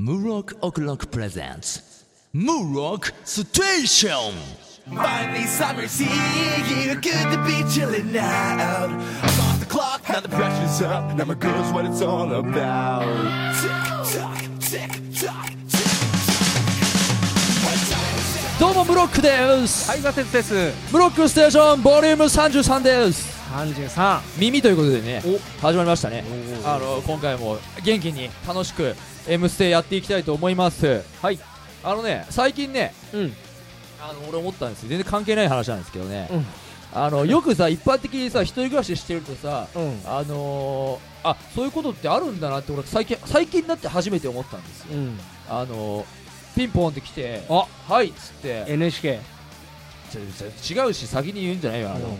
Murok O'Clock presents Murok Station. Finally summer's here, good to be chilling out. I'm off the clock, now the pressure's up. Now my girl's what it's all about. Tick tock, tick tock, tick tock. どうもムロックです。 はい、ガテツです。 ムロックステーションボリューム33です。 33 耳ということでね、始まりましたね。今回も元気に楽しく M ステやっていきたいと思います。 はい。 最近ね、俺思ったんですよ。全然関係ない話なんですけどね、よくさ、一般的にさ、一人暮らししてるとさ、そういうことってあるんだなって俺最近になって初めて思ったんですよ。ピンポンって来て、はいっつって NHK 違うし、先に言うんじゃないよなと思って、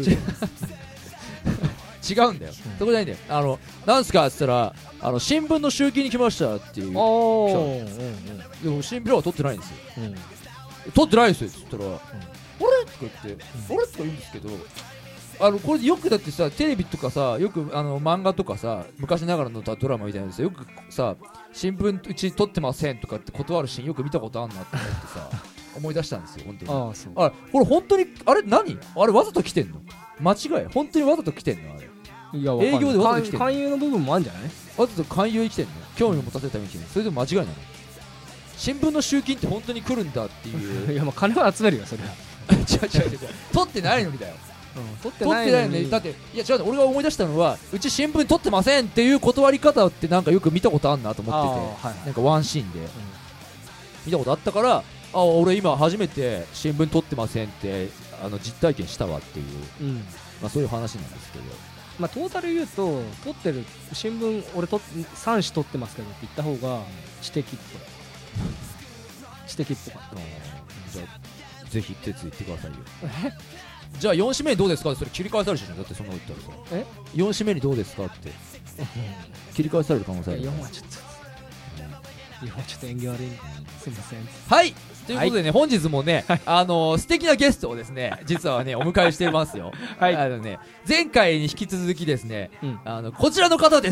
違うんだよ、そこじゃないんだよ。なんすかっつったら、新聞の集金に来ましたっていう。でも新聞は取ってないんですよ。取ってないですよっつったら、あれとか言って、あれとか言うんですけど、これよくだってさ、テレビとかさ、よく漫画とかさ、昔ながらのドラマみたいなやつよくさ、新聞うち取ってませんとかって断るシーンよく見たことあんなって思ってさ思い出したんですよ、本当に。これ本当に、あれ何あれわざと来てんの？間違い？本当にわざと来てんの？あれいや、 営業でわざと来てんの？ 勧誘の部分もあるんじゃない？ わざと勧誘に来てんの？興味を持たせるために来てんの？それでも間違いなの？新聞の集金って本当に来るんだっていういや、まあ金は集めるよ、それは。 違う取ってないのにだよ。 取ってないのにだって、いや違う、俺が思い出したのは、うち新聞取ってませんっていう断り方ってなんかよく見たことあんなと思ってて、なんかワンシーンで見たことあったから、俺今初めて新聞取ってませんって実体験したわっていう、そういう話なんですけど、 まあトータル言うと、取ってる新聞俺3紙取ってますけどって言った方が知的っぽい。知的っぽかった。 じゃあぜひ手ついてくださいよ。じゃあ4紙目にどうですかってそれ切り返されるしね。だってそんなこと言ったらさ、4紙目にどうですかって切り返される可能性ある。 4はちょっと縁起悪い、すみません。 はい、ということでね、本日もね、素敵なゲストをですね、実はねお迎えしていますよ。はい、前回に引き続きですね、こちらの方です。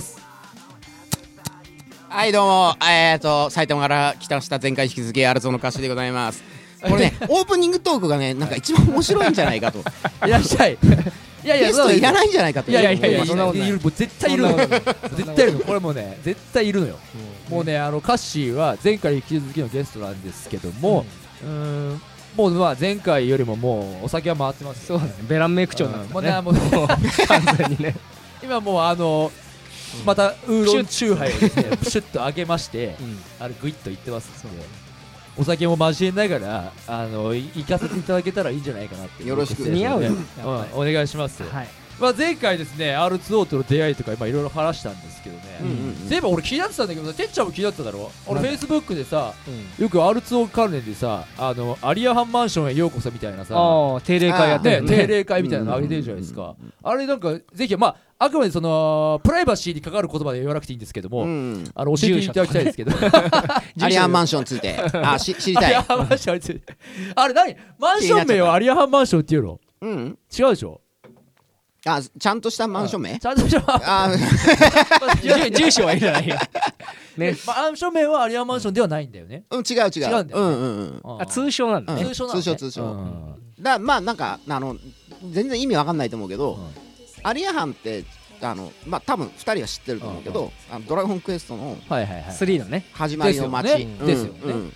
はい、どうも、埼玉から来ました。前回引き続きアルゾの歌手でございます。これね、オープニングトークがね、なんか一番面白いんじゃないかと。 いらっしゃい。いやいや、 ゲストいらないんじゃないかと。 いや、そんなことない。絶対いるのよ。絶対いるの。これもね、絶対いるのよ。もうね、カッシーは前回引き続きのゲストなんですけども、もうまあ前回よりももうお酒は回ってます。 そうだね。ベランメイク長なんだね。 もう完全にね。 今もうまたウーロンチューハイをですね、プシュッと上げまして、グイッといってますので、お酒も交えながら行かせていただけたらいいんじゃないかなって。 よろしく。 似合うよ。 お願いします。前回ですね、R2O との出会いとかいろいろ話したんですけどね、そういえば俺気になってたんだけど、てっちゃんも気になってただろ。俺フェイスブックでさ、よく R2O 関連でさ、アリアハンマンションへようこそみたいなさ、 定例会やってるね。 定例会みたいなのあげてるじゃないですか。あれなんかぜひ、まああくまでそのプライバシーに関わる言葉で言わなくていいんですけども、教えていただきたいですけど。 アリアンマンションについて知りたい。 アリアハンマンションについて、あれ何、マンション名をアリアハンマンションっていうの？違うでしょ。 ちゃんとしたマンション名？ ちゃんとした住所はいいじゃないよ。 マンション名はアリアンマンションではないんだよね。 違う。 違うんだよね。 通称なんだね。 通称。まあなんか全然意味わかんないと思うけど、アリアハンってまあ多分2人は知ってると思うけど、ドラゴンクエストの 3のね始まりの街ですよね。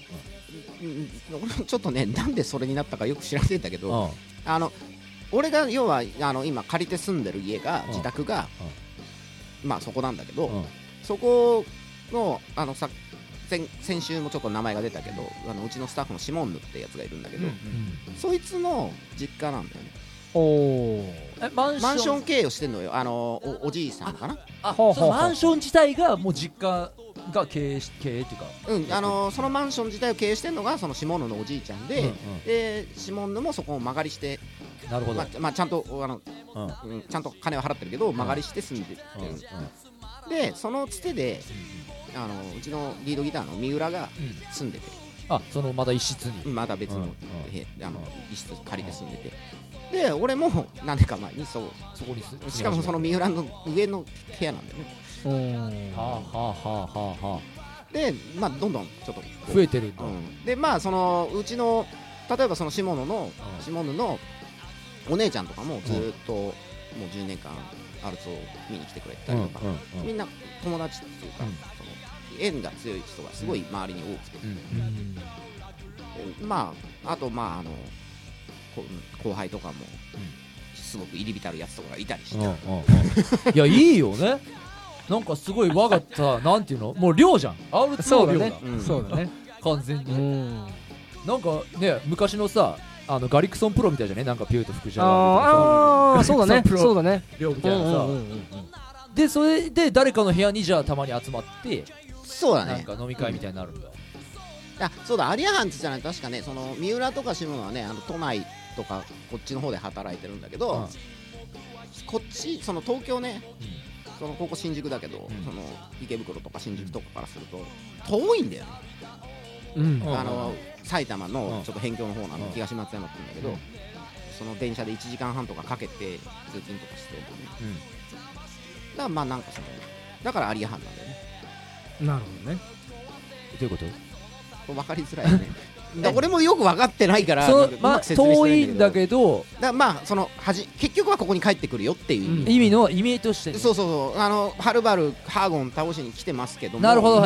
ちょっとね、なんでそれになったかよく知らないんだけど、俺が要は今借りて住んでる家が、自宅がまあそこなんだけど、そこの先週もちょっと名前が出たけど、うちのスタッフのシモンヌってやつがいるんだけど、そいつの実家なんだよね。マンション経営をしてんのよ、おじいさんかな。 そのマンション自体がもう実家が経営っていうか、 そのマンション自体を経営してるのがそのシモンヌのおじいちゃんで、シモンヌもそこを間借りして、 なるほど、 まあちゃんとちゃんと金は払ってるけど間借りして住んでる。でそのつてでうちのリードギターの三浦が住んでて、 そのまた一室にまた別の一室借りて住んでて、で俺も何年か前にそこにしかもその三浦の上の部屋なんだよね。 でまあどんどんちょっと増えてるんだ、 でまあそのうちの例えばその下野のお姉ちゃんとかもずっともう10年間アルツを見に来てくれたりとか、みんな友達っていうか、その縁が強い人がすごい周りに多くて、まああとまあ後輩とかもすごく入り浸るやつとかがいたりして、 いやいいよね。なんかすごい我がさなんていうのもう寮じゃん。アウルツの寮だ。 そうだね。 完全に。なんかね昔のさガリクソンプロみたいじゃね、なんかピューと福島ああそうだねそうだね寮みたいなさ。でそれで誰かの部屋にじゃあたまに集まって、 そうだね。 なんか飲み会みたいになるんだ。 あそうだ、アリアハンツじゃない確かね、その三浦とか下野はね都内とかこっちの方で働いてるんだけど、こっちその東京ね、そのここ新宿だけど、その池袋とか新宿とかからすると遠いんだよね。埼玉のちょっと辺境の方なの、東松山って言うんだけど、その電車で1時間半とかかけて通勤とかしてるとね、だからまあなんかそのだからアリアハンなんだよね。 なるほどね。 どういうこと？ 分かりづらいよね。俺もよく分かってないから遠いんだけど、 まあその結局はここに帰ってくるよっていう意味の意味として、 そうはるばるハーゴン倒しに来てますけども、 なるほど、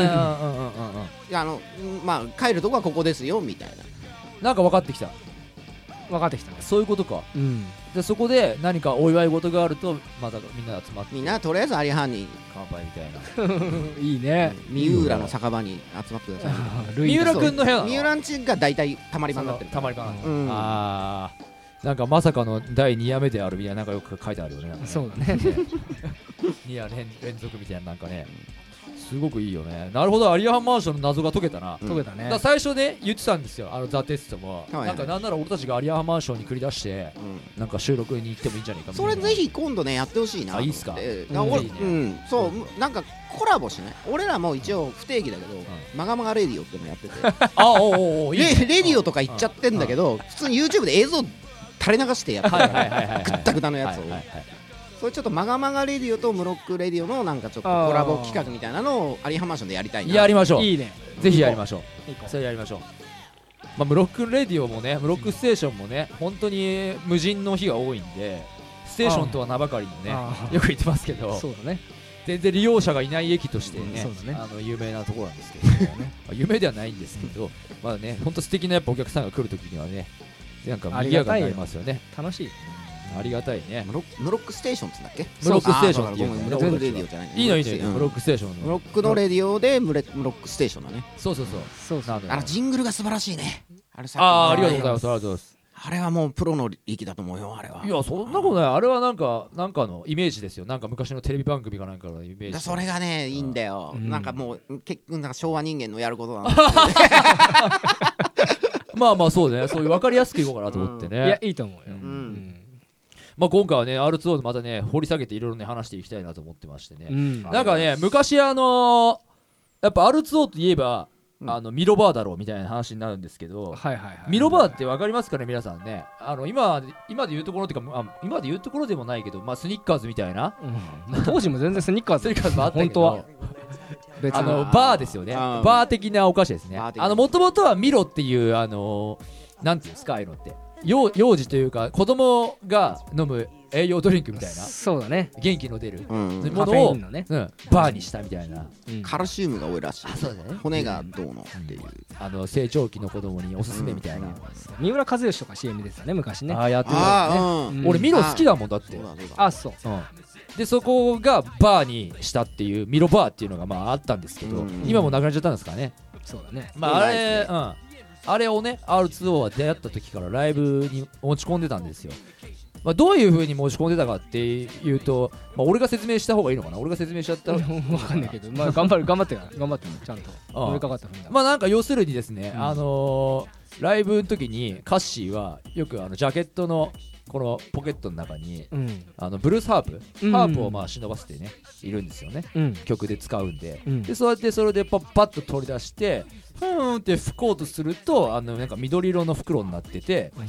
まあ帰るとこはここですよみたいな、 なんか分かってきたね。 そういうことか。でそこで何かお祝い事があるとまたみんな集まって、 みんなとりあえずアリハンに乾杯みたいな。 いいね。 三浦の酒場に集まってください。 三浦くんの部屋なの？ 三浦んちが大体たまり場になってる。 たまり場なの。ああ、なんかまさかの第2夜目であるみたいな、なんかよく書いてあるよね。 そうだね。 2夜連続みたいな、なんかねすごくいいよね。なるほど、アリアハンマンションの謎が解けたな。 解けたね。 だ最初ね言ってたんですよ、ザ・テストも、なんかなんなら俺たちがアリアハンマンションに繰り出して、なんか収録に行ってもいいんじゃないかみたいな。 それぜひ今度ねやってほしいな。 いいっすか。 そうなんかコラボしない。俺らも一応不定期だけどマガマガレディオってのやってて、レディオとか言っちゃってんだけど、普通に YouTube で映像垂れ流してやってるぐったぐたのやつを、それちょっとマガマガレディオとムロックレディオのなんかちょっとコラボ企画みたいなのをアリハンマンションでやりたいな。 やりましょう。 いいね。 ぜひやりましょう。それやりましょう。まあムロックレディオもね、ムロックステーションもね、本当に無人の日が多いんで、ステーションとは名ばかりのね、よく言ってますけど、 そうだね。 全然利用者がいない駅としてね、有名なところなんですけどね。有名ではないんですけど、まあね、本当素敵なやっぱお客さんが来るときにはね、なんか賑やかになりますよね。 楽しい。 ありがたいね。 ムロックステーションって言うんだっけ？ ムロックステーションっていうムロックレディオじゃない。 いいのいいの、ムロックステーションの。 ムロックのレディオでムロックステーションだね。 そう。 ジングルが素晴らしいね。 ありがとうございます。ありがとうございます。 あれはもうプロの域だと思うよ、あれは。 いや、そんなことない。あれはなんかのイメージですよ。なんか昔のテレビ番組かなんかのイメージ。 それがね、いいんだよ。なんかもう結局なんか昭和人間のやることなんだ。 まあそうね、そういう分かりやすくいこうかなと思ってね。 いや、いいと思うよ。 まあ今回はね R2O でまたね掘り下げていろいろね話していきたいなと思ってましてね。なんかね昔やっぱ R2O といえばミロバーだろうみたいな話になるんですけど、ミロバーって分かりますかね皆さんね。今で言うところっていうか、今で言うところでもないけど、まあスニッカーズみたいな、 当時も全然スニッカーズもあったけど、バーですよね。バー的なお菓子ですね。もともとはミロっていうなんていうんですか、ああいうのって幼児というか子供が飲む栄養ドリンクみたいな、 そうだね、 元気の出るものをバーにしたみたいな。 カルシウムが多いらしい。骨がどうのっていう成長期の子供におすすめみたいな。 三浦知良とか CM ですよね昔ね。 やってたね。俺ミロ好きだもんだって。 そうでそこがバーにしたっていうミロバーっていうのがまああったんですけど、今もなくなっちゃったんですかね。 そうだね。 まああれをね R2O は出会った時からライブに持ち込んでたんですよ。まあ、どういう風に持ち込んでたかっていうと、まあ、俺が説明した方がいいのかな。俺が説明しちゃったら分かんないけど、まあ、頑張ってちゃんと乗りかかったまあなんか要するにですね、ライブの時にカッシーはよくジャケットのこのポケットの中に、ブルースハープをまあ忍ばせてねいるんですよね、曲で使うんで、でそうやってそれでパッと取り出してふーんって吹こうとするとなんか緑色の袋になってて、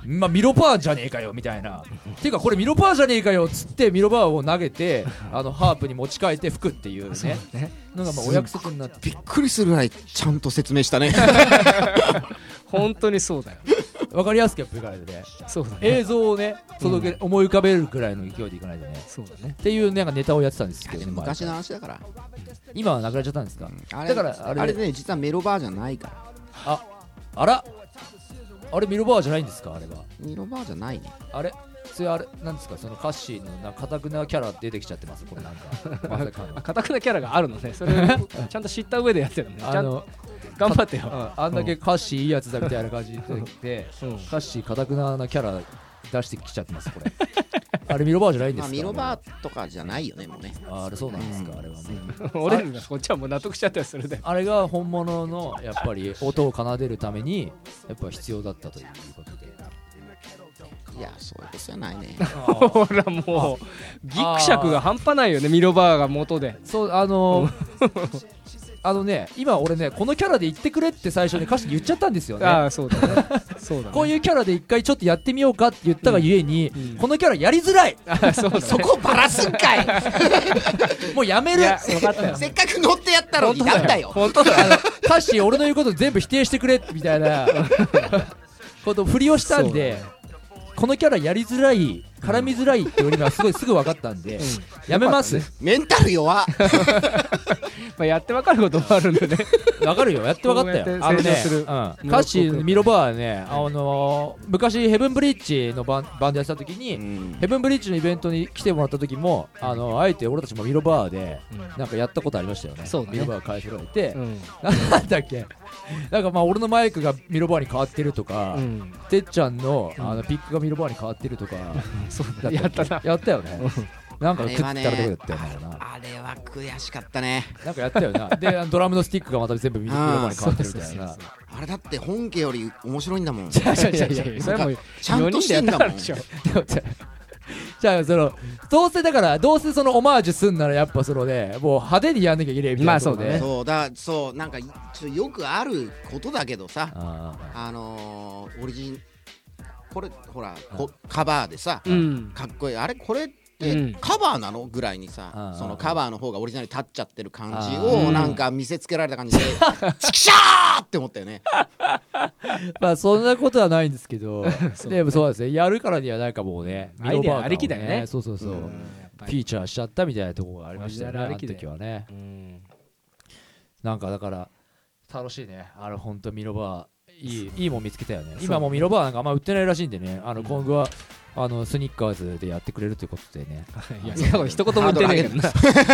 まあミロバーじゃねえかよみたいなていうかこれミロバーじゃねえかよっつってミロバーを投げてハープに持ち替えて吹くっていうねのがまあお約束になってびっくりするぐらいちゃんと説明したね本当にそうだよ分かりやすくやっぱいかないとねそうだね映像をね届け思い浮かべるくらいの勢いでいかないとねそうだねっていうなんかネタをやってたんですけど昔の話だから今はなくなっちゃったんですかだからあれね実はメロバーじゃないからあらあれミロバーじゃないんですかあれはミロバーじゃないねあれそれあれなんですかそのカッシーのなんか堅くなキャラ出てきちゃってますこれなんかまさかの堅くなキャラがあるのねそれをちゃんと知った上でやってるのねちゃんと頑張ってよあんだけカッシーいいやつだみたいな感じで出てきてカッシー堅くなキャラ出してきちゃってますこれあれミロバーじゃないんですかミロバーとかじゃないよねもうねあれそうなんですかあれはね俺らがこっちはもう納得しちゃったりするであれが本物のやっぱり音を奏でるためにやっぱ必要だったということでいやそういうことじゃないねほらもうギクシャクが半端ないよねミロバーが元でそうね今俺ねこのキャラで言ってくれって最初に歌詞で言っちゃったんですよねああそうだねそうだねこういうキャラで一回ちょっとやってみようかって言ったがゆえに、このキャラやりづらいそうだねそこバラすんかいもうやめる分かったよせっかく乗ってやったのになんだよ本当だよ歌詞俺の言うこと全部否定してくれみたいなこと振りをしたんでこのキャラやりづらい絡みづらいって俺にはすぐ分かったんで、やめます、 メンタル弱まあやって分かることもあるんでね分かるよやって分かったよこうやって成長する歌詞ミロバーはね昔ヘブンブリッジのバンドやってた時に、ヘブンブリッジのイベントに来てもらった時もあえて俺たちもミロバーでなんかやったことありましたよね、ミロバー返しられて、なんだっけなんかまあ俺のマイクがミロバーに変わってるとか、てっちゃんのピックがミロバーに変わってるとかそうだやったなやったよねなんか食ったらどこだったよなあれは悔しかったねなんかやったよなでドラムのスティックがまた全部ミロバーに変わってるみたいなあれだって本家より面白いんだもんいやそれもちゃんとしてんだもんじゃあどうせそのオマージュすんならやっぱそのねもう派手にやんなきゃいけないみたいなそうねそうなんかちょっとよくあることだけどさオリジンこれほらカバーでさかっこいいあれこれってカバーなのぐらいにさそのカバーの方がオリジナルに立っちゃってる感じをなんか見せつけられた感じでチキシャーって思ったよねまあそんなことはないんですけどでもそうですねやるからにはなんかもうねアイデアありきだよねそうフィーチャーしちゃったみたいなところがありましたよねあの時はねなんかだから楽しいねほんとミロバーいいもん見つけたよね今もうミロバーなんかあんま売ってないらしいんでね今後はスニッカーズでやってくれるということでねいやそんなこと一言も言ってないけどな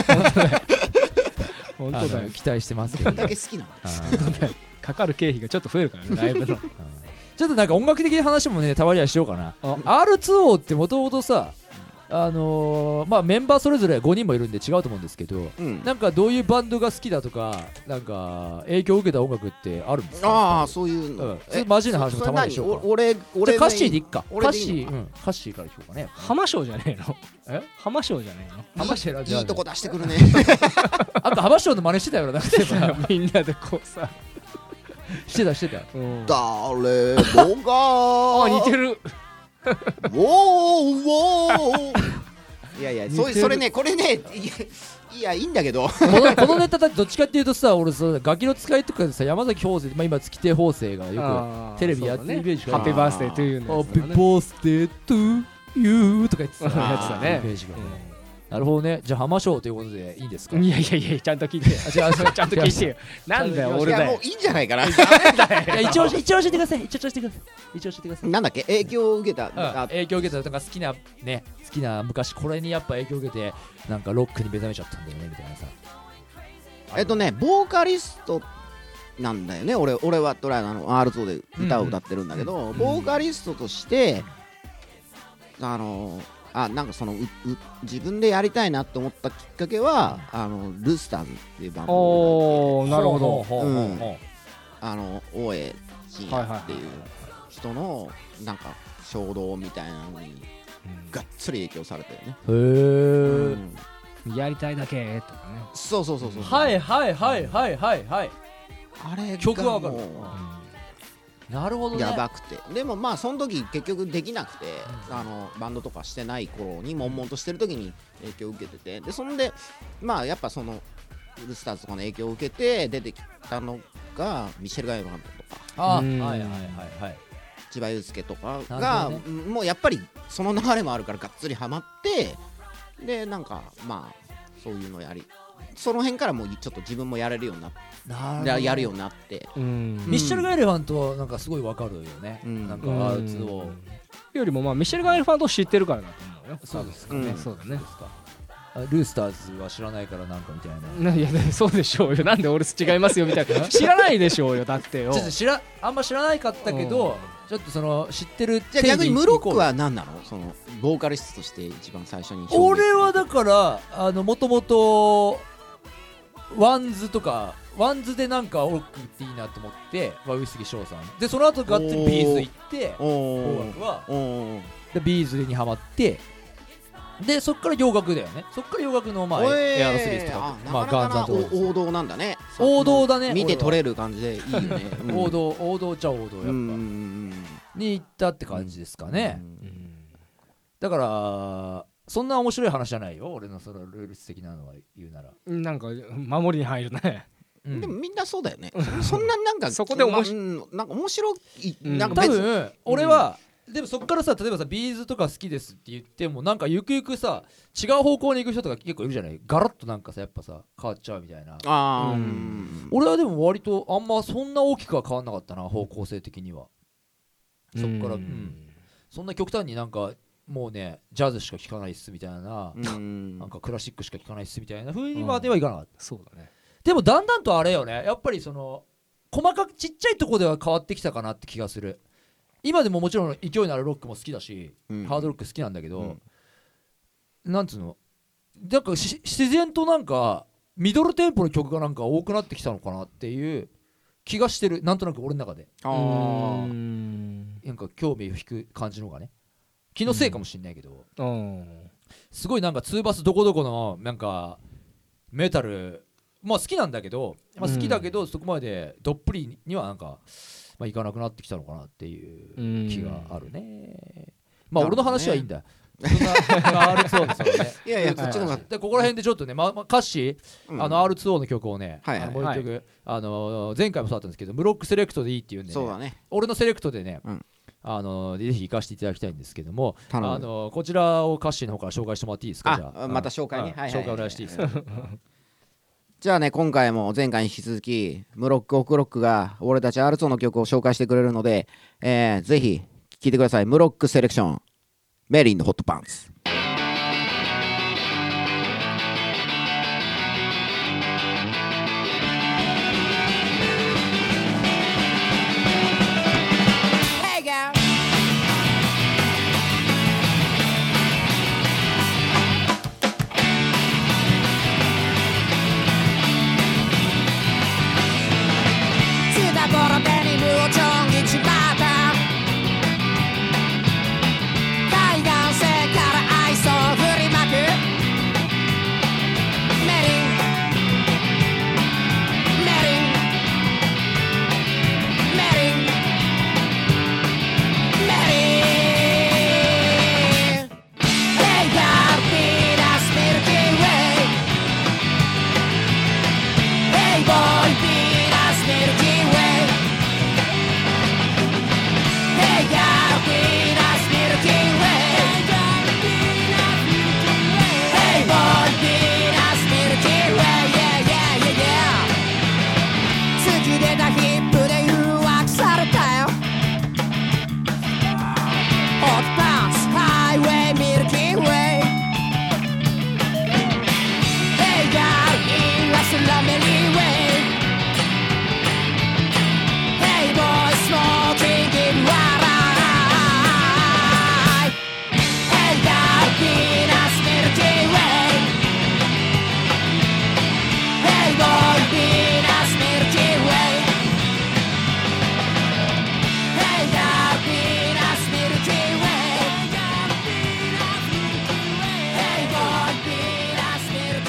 本当だよ期待してますけどだけ好きなのかかる経費がちょっと増えるからねライブのちょっとなんか音楽的な話もねたまにはしようかなR2O ってもともとさまあメンバーそれぞれ5人もいるんで違うと思うんですけど、なんかどういうバンドが好きだとかなんか影響を受けた音楽ってあるんですか？ ああそういうの、 マジな話もたまにしようか。 俺じゃあカッシーでいっか。カッシーからいこうかね。 浜章じゃねえの？浜章じゃねえの？ 浜章いいとこ出してくるねあんた浜章の真似してたよなみんなでこうさしてた誰もがあ似てるウォーウォーいやそれねこれねいやいいんだけどこのネタだってどっちかっていうとさ俺ガキの使いとかでさ山崎邦生今月亭邦生がよくテレビやってるイメージハッピーバースデートゥーユーハッピーバースデートゥーユーとか言ってたやつだねイメージがなるほどねじゃあ浜章ということでいいんですか？ いやちゃんと聞いてちゃんと聞いてよなんだよ俺だよもういいんじゃないかな一応教えてくださいなんだっけ影響を受けた影響を受けたとか好きな昔これにやっぱ影響を受けてなんかロックに目覚めちゃったんだよねみたいなさボーカリストなんだよね俺はトライR2 で歌を歌ってるんだけどボーカリストとしてなんかその自分でやりたいなと思ったきっかけはルスターズっていうバンドおーなるほど大江信也っていう人のなんか衝動みたいなのにがっつり影響されたよねへえやりたいだけとかねそうはいあれ曲はわかるなるほどね。 やばくて、でもまあその時結局できなくて、バンドとかしてない頃に悶々としてる時に影響を受けてて、でそんでまあやっぱそのウルスターズとかの影響を受けて出てきたのがミシェル・ガイランドとか、 はいはいはいはい、 千葉雄介とかが、もうやっぱりその流れもあるからがっつりハマって、でなんかまあそういうのやり、その辺からもうちょっと自分もやれるようになって、やるようになって、 ミッシェル・ガイレファントはなんかすごいわかるよね、なんか R2O よりもまあミシェル・ガイレファントを知ってるからだと思うよ。 そうですかね、 そうだね。 ルースターズは知らないからなんかみたいな。 いやそうでしょうよ、なんでオールス違いますよみたいな知らないでしょうよ、だってよ。 あんま知らないかったけど、ちょっとその知ってる。 じゃあ逆にムロックは何なの、そのボーカリストとして一番最初に。 俺はだからもともとワンズとかワンズでなんかロックっていいなと思って上杉翔さんで、その後がっつりビーズ行って音楽はでビーズにハマって、でそっから洋楽だよね。そっから洋楽のまあエアロスミスとかまあガンズ&ローズ王道なんだね。 王道だね。 見て取れる感じでいいよね。 王道っちゃ王道やっぱに行ったって感じですかね。だからそんな面白い話じゃないよ、俺のそのルール的なのは言うなら。 なんか守りに入るね。 でもみんなそうだよね。そんななんかそこで面白い、なんか多分俺はでもそっからさ、例えばさビーズとか好きですって言ってもなんかゆくゆくさ違う方向に行く人とか結構いるじゃない。ガラッとなんかさやっぱさ変わっちゃうみたいな。俺はでも割とあんまそんな大きくは変わんなかったな、方向性的には。そっからそんな極端になんかもうねジャズしか聴かないっすみたいな、なんかクラシックしか聴かないっすみたいな風にまではいかなかった。 そうだね。 でもだんだんとあれよね、やっぱりその細かくちっちゃいところでは変わってきたかなって気がする。今でももちろん勢いのあるロックも好きだし、ハードロック好きなんだけど、なんつうのなんか自然となんかミドルテンポの曲がなんか多くなってきたのかなっていう気がしてる、なんとなく俺の中で。なんか興味を引く感じのがね、気のせいかもしんないけど、すごいなんかツーバスどこどこのなんかメタルまあ好きなんだけど、好きだけどそこまでどっぷりにはなんかまあいかなくなってきたのかなっていう気があるね。まあ俺の話はいいんだ。そんな R2O ですよね。 いやいや、こっちの方がでここら辺でちょっとね、歌詞R2O の曲をね、もう一曲前回もそうだったんですけど、ムロックセレクトでいいっていうんでね、俺のセレクトでね、ぜひ行かせていただきたいんですけども、こちらを歌詞の方から紹介してもらっていいですか。じゃあまた紹介ね、 紹介お願いしていいですか。 じゃあね、今回も前回に引き続きムロックオクロックが俺たち R2O の曲を紹介してくれるので、ぜひ聴いてください。ムロックセレクションメリーのホットパンツ。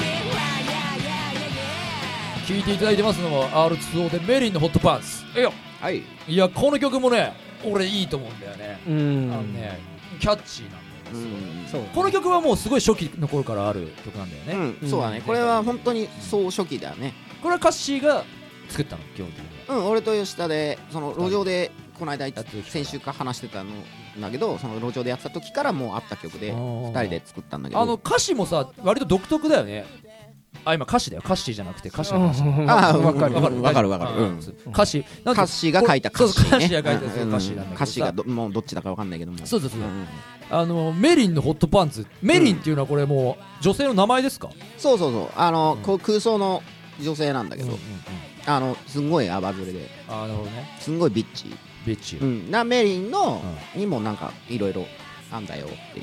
聞いていただいてますのは R2O でメリーのホットパンツ。 よはい。 いやこの曲もね俺いいと思うんだよね。キャッチーなんだよ。そうこの曲はもうすごい初期の頃からある曲なんだよね。 そうだね。これは本当にそう初期だよね。 これはカッシーが作ったの基本的には。 俺と吉田でその路上でこの間先週か話してたのだけど、その路上でやってた時からもうあった曲で2人で作ったんだけど、 歌詞もさ割と独特だよね。今歌詞だよ。カッシーじゃなくて歌詞の話。 わかる歌詞が書いた歌詞ね。 歌詞が書いた歌詞なんだけど、 歌詞がもうどっちだかわかんないけども、 そうメリンのホットパンツ。メリンっていうのはこれもう女性の名前ですか？ そうこう空想の女性なんだけど、すんごいアバズレで、 なるほどね。 すんごいビッチなメリンのにもなんかいろいろあんだよっていう。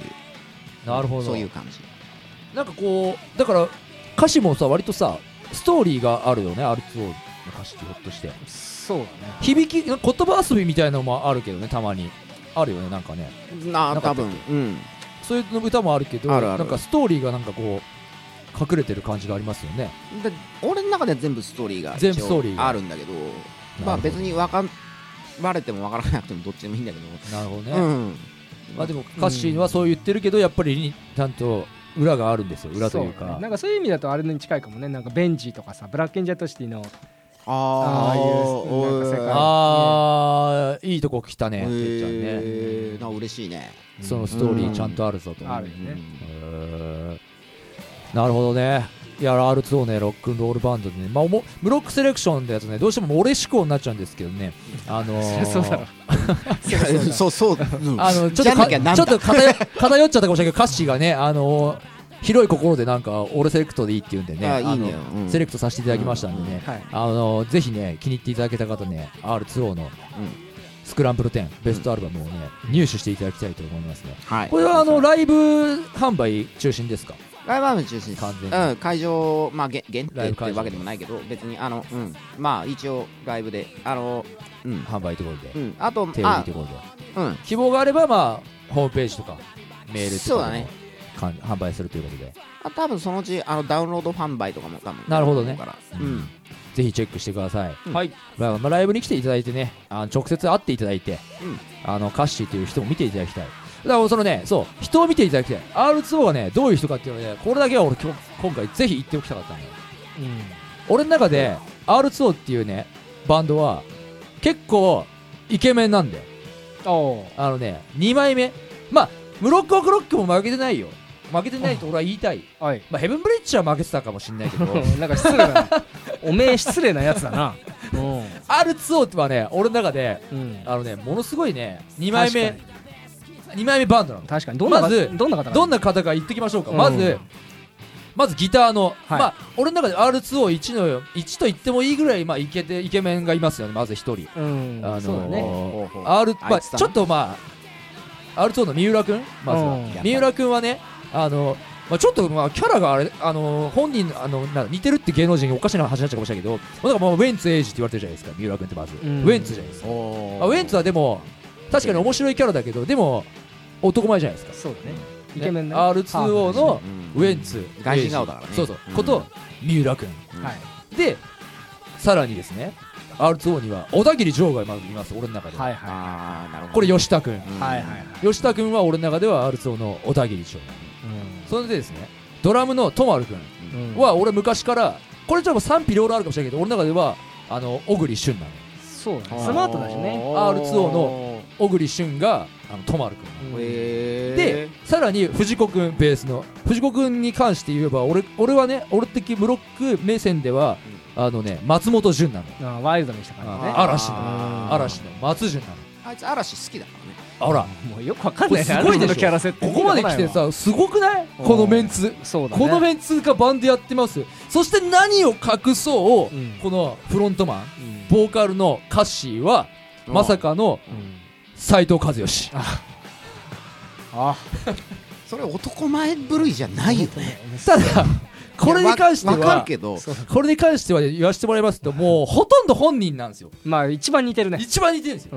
なるほど。 そういう感じ。 なんかこうだから歌詞もさ割とさストーリーがあるよね。R2O の歌詞ってひょっとしてそうだね。 響き言葉遊びみたいなのもあるけどね。たまにあるよね。なんかね多分そういう歌もあるけど、なんかストーリーがなんかこう隠れてる感じがありますよね。 で俺の中では全部ストーリーが全部ストーリーがあるんだけど、まあ別にバレても分からなくてもどっちでもいいんだけど。 なるほどね。まあでも歌詞はそう言ってるけどやっぱりちゃんと裏があるんですよ。裏というかなんかそういう意味だとあれに近いかもね。なんかベンジーとかさブラックエンジェットシティのああいいとこ来たね。てっちゃんね。 嬉しいね。 そのストーリーちゃんとあるぞと。 あるね。 なるほどね。いや R2O ねロックンロールバンドでね、まあブロックセレクションのやつねどうしても俺思考になっちゃうんですけどね。 そうだろ。 そうちょっと偏っちゃったかもしれないけど歌詞がね広い心でなんか俺セレクトでいいって言うんでね、セレクトさせていただきましたんでね、ぜひね気に入っていただけた方ね R2O のスクランブル10ベストアルバムをね入手していただきたいと思いますね。これはライブ販売中心ですか？ ライブ販売中心完全に、会場限定っていうわけでもないけど別にまあ一応ライブで販売ところで、 あと手売りところで、希望があればまあホームページとかメールとかで販売するということで、 多分そのうちダウンロード販売とかも多分なるほどね。ぜひチェックしてください。ライブに来ていただいてね直接会っていただいて、カッシーという人も見ていただきたい。だからそのね人を見ていただきたい。 R2O がねどういう人かっていうのでこれだけは俺今回ぜひ言っておきたかったんだよ。俺の中で R2O っていうねバンドは結構イケメンなんで、2枚目まあムロックオクロックも負けてないよ。負けてないと俺は言いたい。ヘブンブリッジは負けてたかもしれないけどなんか失礼なおめえ失礼なやつだな。 R2O はね俺の中でものすごいね2枚目バンドなの。 確かにどんな方か言ってきましょうか。まずギターの俺の中で R2O1 と言ってもいいぐらいイケメンがいますよね。まず1人ちょっとR2O の三浦君まずは三浦君はねちょっとキャラがあれ本人似てるって芸能人おかしな話になっちゃうかもしれないけどなんかウェンツエイジって言われてるじゃないですか。三浦君ってまずウェンツじゃないですか。ウェンツはでも確かに面白いキャラだけどでも男前じゃないですか。 そうだね。イケメンね。 R2O のウェンツ外人顔だからね。 こと三浦君でさらにですね R2O には小田切丈がいます俺の中で。これ吉田君。吉田君は俺の中では R2O の小田切丈。それでですねドラムのとまる君は俺昔からこれちょっと賛否両論あるかもしれないけど俺の中では小栗旬なの。 そうスマートだしね。 R2O の小栗旬がとまる君でさらに藤子君ベースの藤子君に関して言えば俺はね俺的ブロック目線では松本潤なの。 ワイルドにした感じね。 嵐の松潤なの。 あいつ嵐好きだからね。 あらもうよくわかんないね。 すごいでしょ。ここまで来てさすごくない？このメンツこのメンツがバンドやってます。そして何を隠そうこのフロントマンボーカルのカッシーはまさかの斉藤和義。 それ男前ぶるいじゃないよね。 ただこれに関しては言わせてもらいますともうほとんど本人なんですよ。 一番似てるね。 一番似てるんですよ。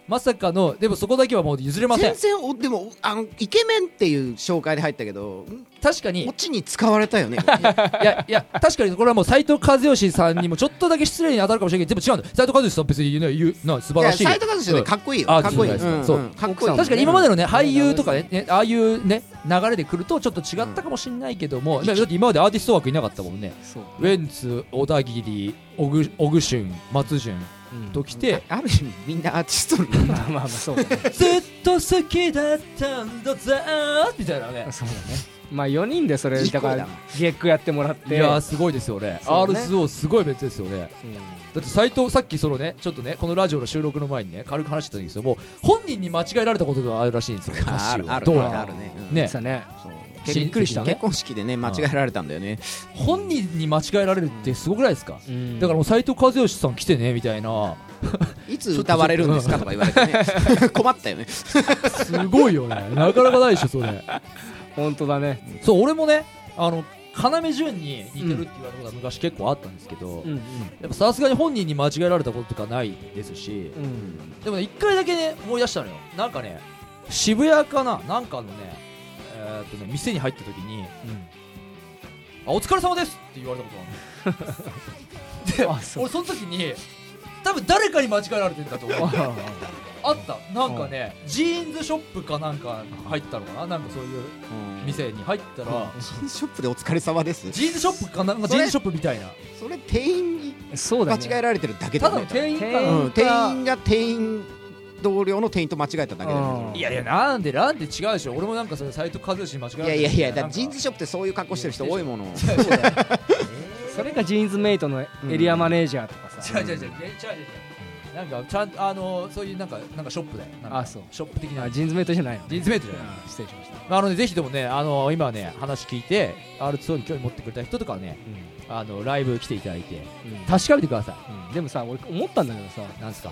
まさかのでもそこだけはもう譲れません。 全然でもイケメンっていう紹介で入ったけど確かにこっちに使われたよねいや確かにこれはもう斉藤和義さんにもちょっとだけ失礼に当たるかもしれないけどでも違うんだよ。斉藤和義さん別に言うの素晴らしい。 斉藤和義ねかっこいいよ。 かっこいい。 そうかっこいい。 確かに今までのね俳優とかねああいうね流れで来るとちょっと違ったかもしれないけども、だって今までアーティスト枠いなかったもんね。ウェンツ、小田切、小栗旬、松潤と来て、 ある意味みんなアーティストにまあそうだね。 ずっと好きだったんだぜみたいなね。 そうだね。まあ4人でそれだからゲックやってもらって、 いやすごいですよね。R2O すごい別ですよね。だって斉藤さっきそのねちょっとねこのラジオの収録の前にね軽く話してたんですけども本人に間違えられたことがあるらしいんですよ。 あるどうやらあるね。 ね。 びっくりしたね。 結婚式でね間違えられたんだよね。 本人に間違えられるってすごくないですか。だからもう斉藤和義さん来てねみたいな。 いつ歌われるんですかとか言われてね困ったよね。 すごいよね。なかなかないでしょそれ。 本当だね。 そう俺もね要潤に似てるって言われたことが昔結構あったんですけど、やっぱさすがに本人に間違えられたこととかないですし、でもね一回だけね思い出したのよ。なんかね渋谷かななんかのね店に入った時に、お疲れ様ですって言われたことがあるで俺その時に多分誰かに間違えられてるんだと思うあったなんかねジーンズショップかなんか入ったのかななんかそういう店に入ったらジーンズショップでお疲れ様ですジーンズショップかなんかジーンズショップみたいなそれ店員に間違えられてるだけだね。 ただ店員か店員が店員同僚の店員と間違えただけだよ。 いやなんで違うでしょ。俺もなんかそれ斉藤和義に間違えられてる。 いやだからジーンズショップってそういう格好してる人多いもの。 それがジーンズメイトのエリアマネージャーとかさ。 違うなんかちゃんとそういうなんかショップだよ。 あそうショップ的なジーンズメイトじゃないの。 ジーンズメイトじゃない。 失礼しました。 ぜひともね今ね話聞いて R2O に興味持ってくれた人とかはねライブ来ていただいて確かめてください。でもさ俺思ったんだけどさなんすか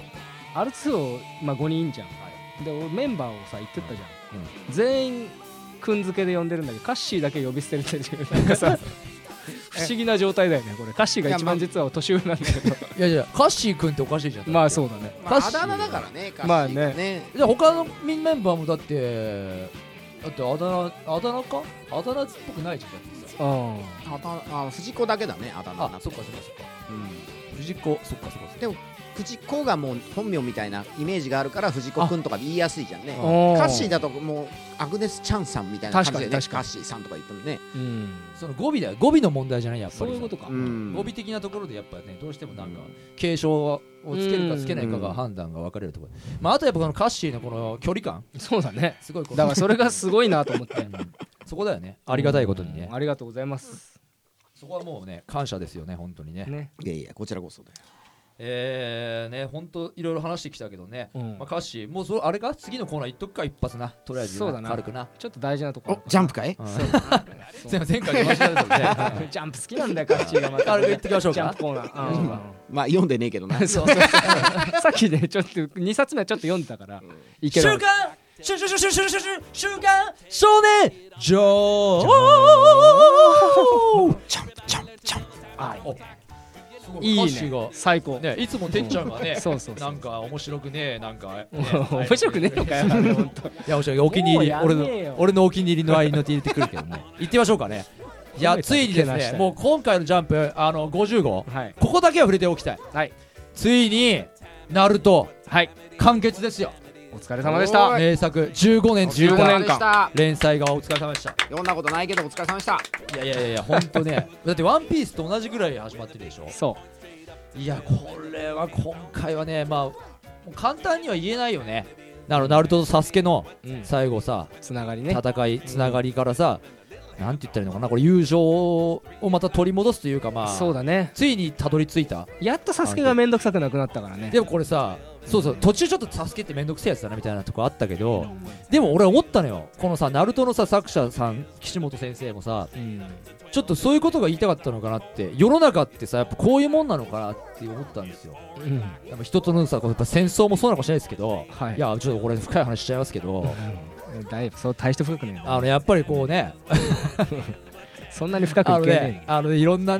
R2O まあ5人いんじゃん。で俺メンバーをさ言ってったじゃん。全員くんづけで呼んでるんだけどカッシーだけ呼び捨てるっていうなんかさ不思議な状態だよねこれ。カッシーが一番実は年上なんだけどいやカッシー君っておかしいじゃん。 まあそうだね。 あだ名だからね。 まあね。 じゃあ他のメンバーもだってあだ名かあだ名っぽくないじゃん。 藤子だけだねあだ名。 そっか藤子そっかでも藤子がもう本名みたいなイメージがあるから藤子くんとか言いやすいじゃんね。カッシーだともうアグネス・チャンさんみたいな感じでね。カッシーさんとか言ってもね。 その語尾だよ。語尾の問題じゃないやっぱり。そういうことか。語尾的なところでやっぱねどうしてもなんか継承をつけるかつけないかが判断が分かれるところ。まああとやっぱこのカッシーのこの距離感。 そうだね。 すごい。だからそれがすごいなと思って。 そこだよね。ありがたいことにね。 ありがとうございます。 そこはもうね感謝ですよね本当にね。 いやこちらこそだよ。 ね本当いろいろ話してきたけどね。まあカッシーもうあれか次のコーナー言っとくか一発なとりあえず軽くな。 ちょっと大事なところ。 ジャンプかい？ 前回で間違えたので。 ジャンプ好きなんだよカッシーがまた。 軽く言ってきましょうか。 ジャンプコーナー。 まあ読んでねえけどな。 さっきねちょっと2冊目ちょっと読んでたからいける。 週刊少年ジョージャンプいいね最高ね。いつもてっちゃんがねなんか面白くねなんか面白くねえのかよ本当。 いや面白いお気に入り俺のお気に入りの愛の手入れてくるけどね。言ってみましょうかね。いやついにですねもう今回のジャンプ50号ここだけは触れておきたい。ついにナルト完結ですよ。 お疲れ様でした。 名作15年間連載がお疲れ様でした。 読んだことないけどお疲れ様でした。 いや本当ねだってワンピースと同じぐらい始まってるでしょ。 そういやこれは今回はねまあ簡単には言えないよね。ナルトとサスケの最後さつながりね戦いつながりからさなんて言ったらいいのかなこれ友情をまた取り戻すというかまあそうだねついにたどり着いた。 やっとサスケがめんどくさくなくなったからね。 でもこれさそう途中ちょっとサスケってめんどくせえやつだなみたいなとこあったけどでも俺思ったのよこのさナルトのさ作者さん岸本先生もさちょっとそういうことが言いたかったのかなって世の中ってさやっぱこういうもんなのかなって思ったんですよ。やっぱ人とのさやっぱ戦争もそうなのかもしれないですけどいやちょっとこれ深い話しちゃいますけどだいぶそう大して深くねやっぱりこうねそんなに深くいけないいろんなね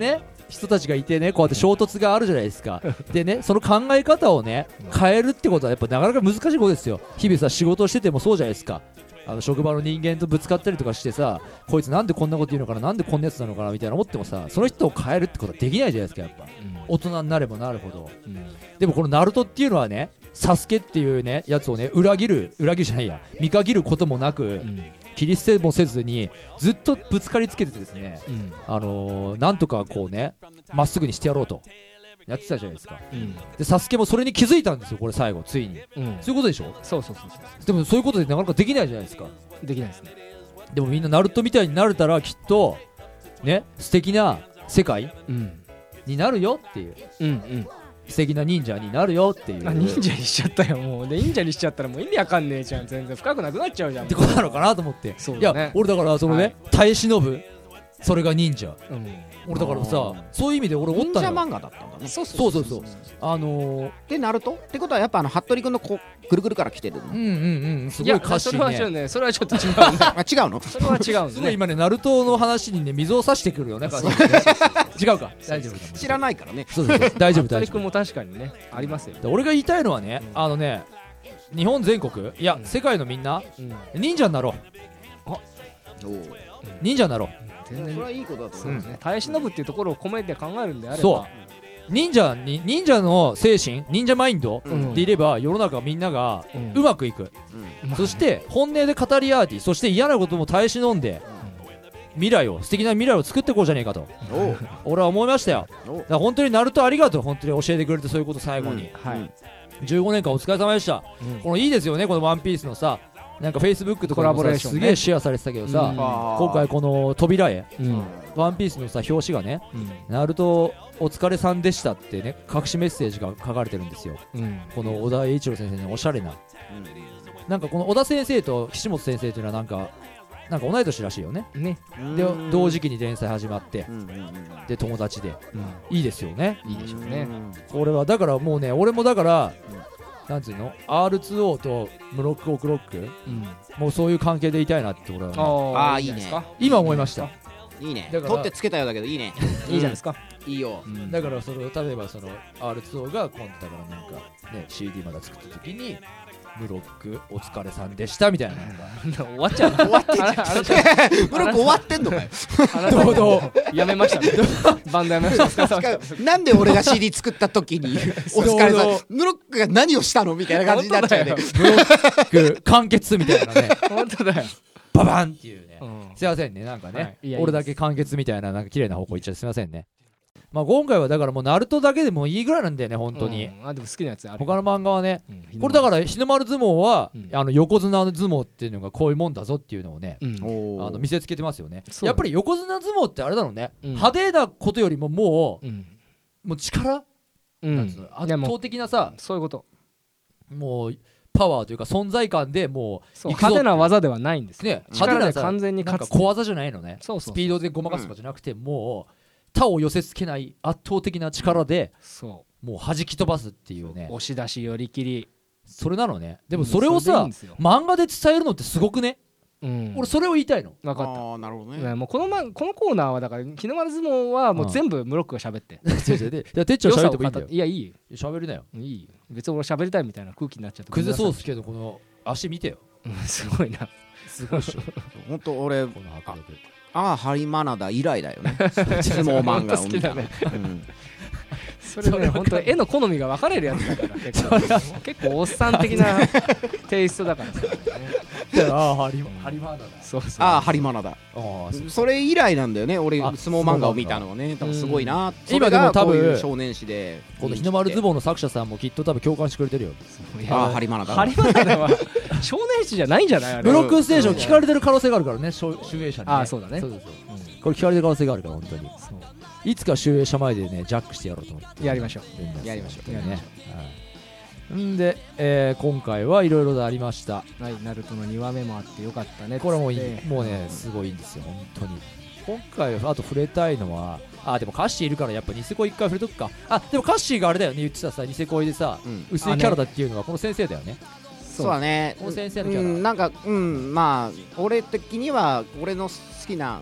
人たちがいてね、こうやって衝突があるじゃないですか。でね、その考え方をね変えるってことはやっぱなかなか難しいことですよ。日々さ仕事をしててもそうじゃないですか。職場の人間とぶつかったりとかしてさ、こいつなんでこんなこと言うのかな、なんでこんなやつなのかなみたいな思ってもさ、その人を変えるってことはできないじゃないですか、やっぱ、大人になればなるほど、でもこのナルトっていうのはね、サスケっていうねやつをね裏切るじゃないや、見限ることもなく、切り捨てもせずにずっとぶつかりつけててですね、なんとかこうねまっすぐにしてやろうとやってたじゃないですか、でサスケもそれに気づいたんですよ、これ最後ついに、そういうことでしょ。 そうでもそういうことでなかなかできないじゃないですか。 できないですね。 でもみんなナルトみたいになれたらきっとね素敵な世界になるよっていう、素敵な忍者になるよっていう。 忍者にしちゃったよもう。で忍者にしちゃったらもう意味わかんねえじゃん、全然深くなくなっちゃうじゃんってことなのかなと思って、いや俺だからそのね、耐え忍ぶそれが忍者、俺だからさ、そういう意味で俺思ったのよ。 忍者漫画だったんだね。 そうでナルトってことはやっぱ服部君のこうぐるぐるから来てるの。 すごい歌詞ね。 それはちょっと違うね。 違うの？ それは違うんすごい今ねナルトの話にね水を差してくるよね。違うか、大丈夫。 知らないからね。 そう大丈夫。 服部君も確かにねありますよ。 俺が言いたいのはね、日本全国いや世界のみんな忍者になろう。忍者になろう。 それはいいことだと思う。 耐え忍ぶっていうところを込めて考えるんであれば、 そう忍者の精神、忍者マインドでいれば世の中みんながうまくいく、そして本音で語り合い、そして嫌なことも耐え忍んで素敵な未来を作っていこうじゃねえかと俺は思いましたよ。だから本当にナルトありがとう、本当に教えてくれて、そういうこと最後に、15年間お疲れ様でした。このいいですよね、このワンピースのさ、なんかフェイスブックとかもさすげえシェアされてたけどさ、今回この扉絵ワンピースのさ表紙がね、ナルトお疲れさんでしたってね隠しメッセージが書かれてるんですよ、この小田栄一郎先生のおしゃれな、なんかこの小田先生と岸本先生というのはなんか同い年らしいよね。で同時期に連載始まって、で友達で、いいですよね。 いいでしょうね。 これはだからもうね、俺もだからなんつうの R2O とムロックオクロック、もうそういう関係でいたいなって俺は、 いいね。 今思いました。 いいね。取ってつけたようだけどいいね。 いいじゃないですか。 いいよ。 だから例えばその R2O が今度だからなんかね CD まだ作った時にムロックお疲れさんでしたみたいな終わっちゃう。終わってんじゃん。ムロック終わってんのかよ。 堂々やめましたね。バンドやめました。 なんで俺が CD 作った時にお疲れさん、ムロックが何をしたのみたいな感じになっちゃうね。 ムロック完結みたいなね。 本当だよ。 ババンっていうね。すいませんね、なんかね、俺だけ完結みたいななんか綺麗な方向行っちゃってすいませんね。まあ今回はだからもうナルトだけでもいいぐらいなんだよね本当に。 でも好きなやつある。 他の漫画はね、これだから日の丸相撲は横綱相撲っていうのがこういうもんだぞっていうのをね見せつけてますよね。やっぱり横綱相撲ってあれだろうね、派手なことよりももう力、圧倒的なさ、 そういうこと、 もうパワーというか存在感でもう派手な技ではないんですね。 力で完全になんか小技じゃないのね。スピードでごまかすとかじゃなくて、もう他を寄せつけない圧倒的な力でもう弾き飛ばすっていうね、 押し出し寄り切り、 それなのね。でもそれをさ漫画で伝えるのってすごくね。俺それを言いたいの。 分かった。 なるほどね。 もうこのコーナーはだから日の丸相撲はもう全部ムロックが喋って。 じゃあてっちゃん喋ってもいいんだよ。 いやいいよ。 喋りなよ。 いいよ。別に俺喋りたいみたいな空気になっちゃって。 クズソースけどこの足見てよ。 すごいな。 すごいっしょ。 本当俺この迫力。 ハリマナダ以来だよね。相撲漫画を見た。 それね、本当絵の好みが分かれるやつだから結構おっさん的なテイストだからさ。 ハリマナダ。 そうそう。 ハリマナダ。それ以来なんだよね。俺相撲漫画を見たのはね、多分すごいな。 今でも多分少年誌でこの日の丸相撲の作者さんもきっと多分共感してくれてるよ。 ハリマナダ。 ハリマナダは少年誌じゃないんじゃない？ ブロックステーション聞かれてる可能性があるからね、集英社に。 ああそうだね。 これ聞かれてる可能性があるから本当に。いつか集英社前でねジャックしてやろうと思って。 やりましょう。 やりましょう。 ね。んで今回はいろいろとありました。 はい、ナルトの2話目もあってよかったね。 これもいい、もうねすごいんですよ本当に。今回はあと触れたいのはでもカッシーいるからやっぱニセ恋一回触れとくか。でもカッシーがあれだよね、言ってたさニセ恋でさ、薄いキャラだっていうのはこの先生だよね。 そうだね。 この先生のキャラ、 なんかまあ俺的には俺の好きな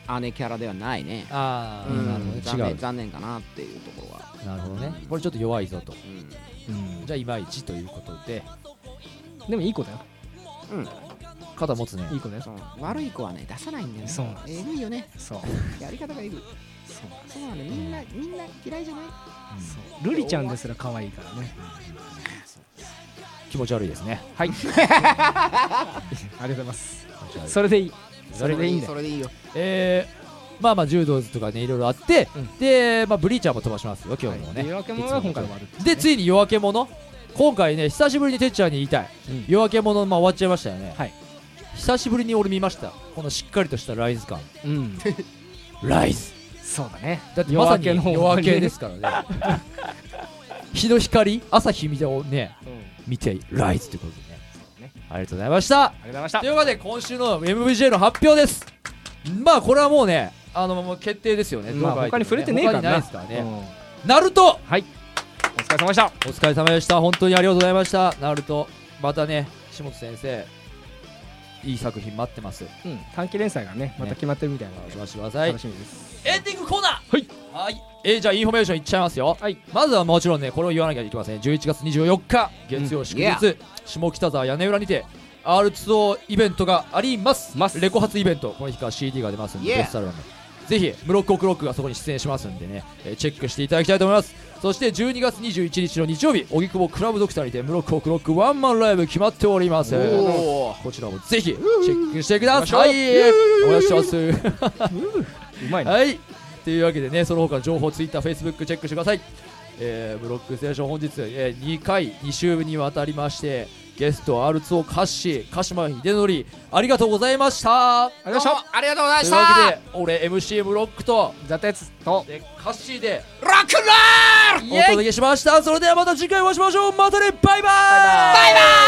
姉キャラではないね。 ああ、なるほどね。違う。 残念かなっていうところは。 なるほどね。これちょっと弱いぞと。じゃあいまいちということで。 でもいい子だよ。 肩持つね。 いい子だよ。 悪い子はね出さないんだよね。そう。えぐいよね。そう。やり方がえぐい。そうなんだ。みんな嫌いじゃない。 ルリちゃんですら可愛いからね。 気持ち悪いですね。 はい。ありがとうございます。それでいい。それでいいんだよ。 それでいいよ。 まあ柔道とかねいろいろあって、でブリーチャーも飛ばしますよ今日もね。 夜明け者は今回もある。 でついに夜明け者。今回ね久しぶりにてっちゃんに言いたい。夜明け者終わっちゃいましたよね。久しぶりに俺見ました。このしっかりとしたライズ感。ライズ。 そうだね。 だってまさに夜明けですからね。日の光、朝日見てね、見てライズということでね。ありがとうございました。というわけで今週の MVJ の発表です。まあこれはもうね、もう決定ですよね。 他に触れてねえからな。 他にないですからね。ナルト。 はい。お疲れ様でした。 お疲れ様でした。本当にありがとうございました。ナルト。またね、岸本先生。いい作品待ってます。 短期連載がねまた決まってるみたいなので楽しみです。エンディングコーナー。はい。じゃあインフォメーションいっちゃいますよ。まずはもちろんねこれを言わなきゃいけません。11月24日月曜祝日、下北沢屋根裏にて R2O イベントがあります。レコ発イベント。この日から CD が出ますんで、ベストアルバムぜひムロックオクロックがそこに出演しますんでね、チェックしていただきたいと思います。そして12月21日の日曜日、荻窪クラブドクターにてムロックオクロックワンマンライブ決まっております。こちらもぜひチェックしてください。お願いします。うまいね。 はい。というわけでね、その他の情報、Twitter、Facebook チェックしてください。ブロックステーション本日、2回、2週にわたりまして、ゲスト R2O カッシー、鹿島秀則、ありがとうございました。 ありがとうございました。 というわけで、俺 MC ブロックとザテツとカッシーでロックンロールお届けしました。それではまた次回お会いしましょう。またね、バイバイ。 バイバイ。